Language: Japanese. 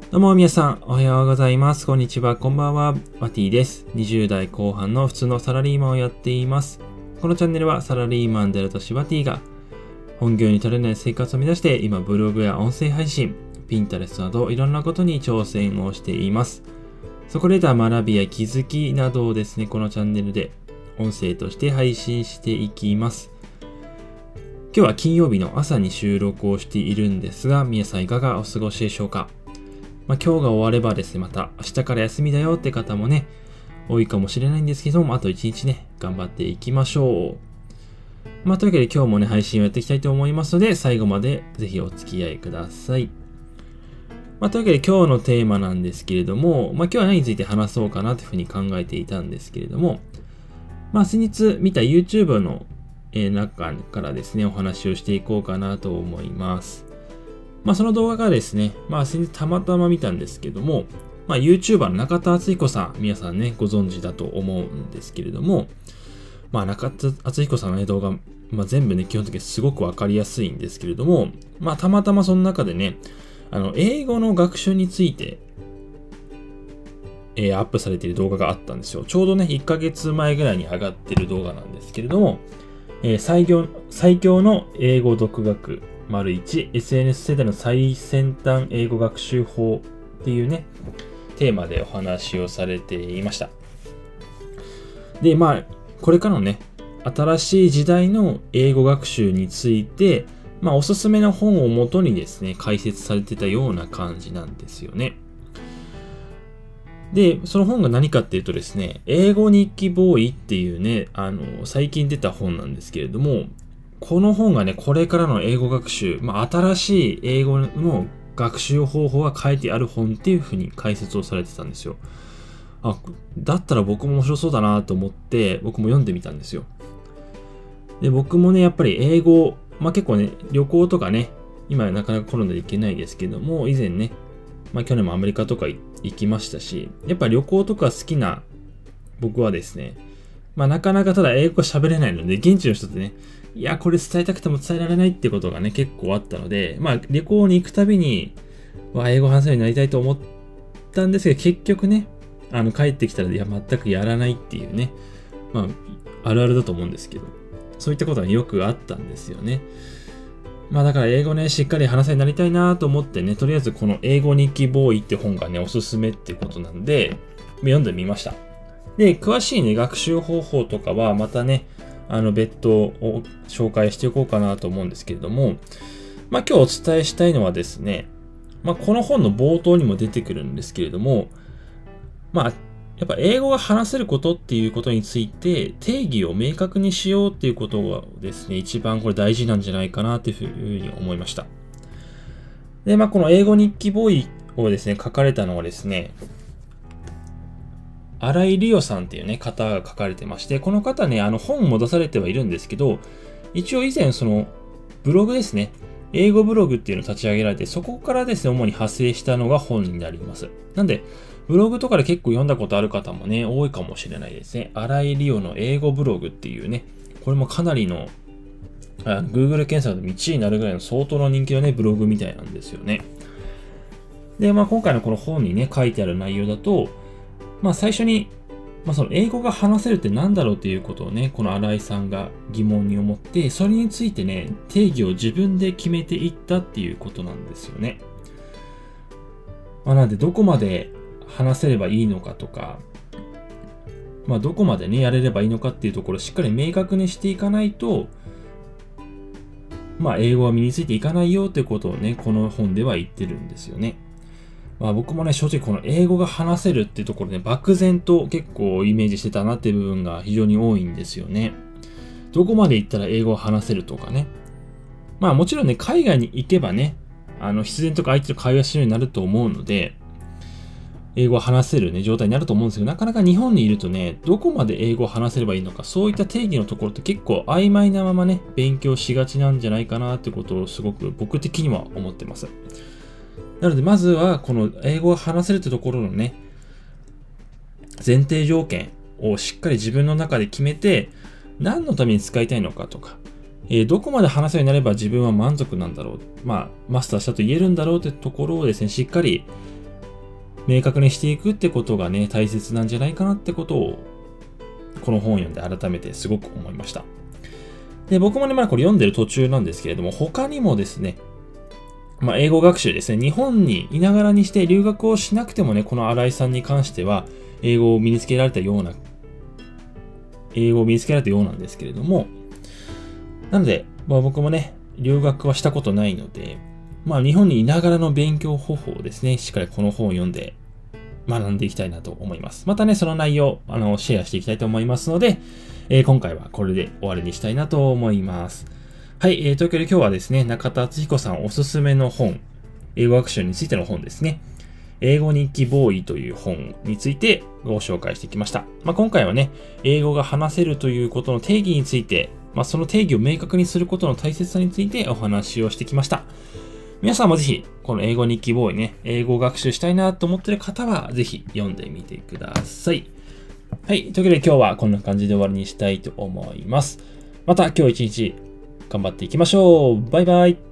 どうも皆さん、おはようございます。こんにちは、こんばんは。ワティです。20代後半の普通のサラリーマンをやっています。このチャンネルはサラリーマンである私ワティが本業に取れない生活を目指して今ブログや音声配信、ピンタレストなどいろんなことに挑戦をしています。そこで得た学びや気づきなどをですね、このチャンネルで音声として配信していきます。今日は金曜日の朝に収録をしているんですが、皆さんいかがお過ごしでしょうか。今日が終わればですね、また明日から休みだよって方もね、多いかもしれないんですけども、あと一日ね、頑張っていきましょう。というわけで今日もね、配信をやっていきたいと思いますので、最後までぜひお付き合いください。というわけで今日のテーマなんですけれども、今日は何について話そうかなというふうに考えていたんですけれども、先日見た YouTube の中からですね、お話をしていこうかなと思います。その動画がですね、先日たまたま見たんですけども、YouTuber の中田敦彦さん、皆さんね、ご存知だと思うんですけれども、中田敦彦さんの、動画、全部ね、基本的にすごくわかりやすいんですけれども、たまたまその中でね、英語の学習について、アップされている動画があったんですよ。ちょうどね、1ヶ月前ぐらいに上がっている動画なんですけれども、最強の英語独学、1 SNS 世代の最先端英語学習法っていうね、テーマでお話をされていました。で、これからのね、新しい時代の英語学習について、おすすめの本をもとにですね、解説されてたような感じなんですよね。で、その本が何かっていうとですね、英語日記ボーイっていうね、最近出た本なんですけれども、この本がね、これからの英語学習、新しい英語の学習方法が書いてある本っていう風に解説をされてたんですよ。だったら僕も面白そうだなと思って、僕も読んでみたんですよ。で、僕もね、やっぱり英語、結構ね、旅行とかね、今なかなかコロナで行けないですけども、以前ね、去年もアメリカとか行きましたし、やっぱ旅行とか好きな僕はですね、なかなかただ英語喋れないので、現地の人ってね、いや、これ伝えたくても伝えられないってことがね、結構あったので、旅行に行くたびに、英語話せるようになりたいと思ったんですけど、結局ね、帰ってきたら、全くやらないっていうね、あるあるだと思うんですけど、そういったことがよくあったんですよね。だから英語ね、しっかり話せるようになりたいなと思ってね、とりあえずこの英語日記ボーイって本がね、おすすめっていうことなんで、読んでみました。で、詳しいね、学習方法とかはまたね、別途を紹介していこうかなと思うんですけれども、今日お伝えしたいのはですね、この本の冒頭にも出てくるんですけれども、やっぱ英語が話せることっていうことについて定義を明確にしようっていうことがですね、一番これ大事なんじゃないかなというふうに思いました。で、この英語日記ボーイをですね、書かれたのはですね、新井理央さんっていうね、方が書かれてまして、この方ね、本も出されてはいるんですけど、一応以前そのブログですね、英語ブログっていうのを立ち上げられて、そこからですね、主に派生したのが本になります。なんで、ブログとかで結構読んだことある方もね、多いかもしれないですね。新井理央の英語ブログっていうね、これもかなりの、Google 検索で1位になるぐらいの相当な人気のね、ブログみたいなんですよね。で、今回のこの本にね、書いてある内容だと、最初に、その英語が話せるって何だろうっていうことをね、この新井さんが疑問に思って、それについてね、定義を自分で決めていったっていうことなんですよね。なので、どこまで話せればいいのかとか、どこまでね、やれればいいのかっていうところをしっかり明確にしていかないと、英語は身についていかないよってことをね、この本では言ってるんですよね。僕もね、正直この英語が話せるっていうところで、漠然と結構イメージしてたなっていう部分が非常に多いんですよね。どこまで行ったら英語を話せるとかね。もちろんね、海外に行けばね、必然とか相手と会話するようになると思うので、英語を話せるね、状態になると思うんですけど、なかなか日本にいるとね、どこまで英語を話せればいいのか、そういった定義のところって結構曖昧なままね、勉強しがちなんじゃないかなってことをすごく僕的には思ってます。なので、まずは、この英語が話せるってところのね、前提条件をしっかり自分の中で決めて、何のために使いたいのかとか、どこまで話せるようになれば自分は満足なんだろう、マスターしたと言えるんだろうってところをですね、しっかり明確にしていくってことがね、大切なんじゃないかなってことを、この本を読んで改めてすごく思いました。で、僕もね、まだこれ読んでる途中なんですけれども、他にもですね、英語学習ですね、日本にいながらにして留学をしなくてもね、この新井さんに関しては、英語を身につけられたようなんですけれども、なので、僕もね、留学はしたことないので、日本にいながらの勉強方法をですね、しっかりこの本を読んで学んでいきたいなと思います。またね、その内容、シェアしていきたいと思いますので、今回はこれで終わりにしたいなと思います。はい、というわけで今日はですね、中田敦彦さんおすすめの本、英語学習についての本ですね。英語日記ボーイという本についてご紹介してきました。今回はね、英語が話せるということの定義について、その定義を明確にすることの大切さについてお話をしてきました。皆さんもぜひ、この英語日記ボーイね、英語学習したいなと思っている方は、ぜひ読んでみてください。はい、というわけで今日はこんな感じで終わりにしたいと思います。また今日一日頑張っていきましょう。バイバイ。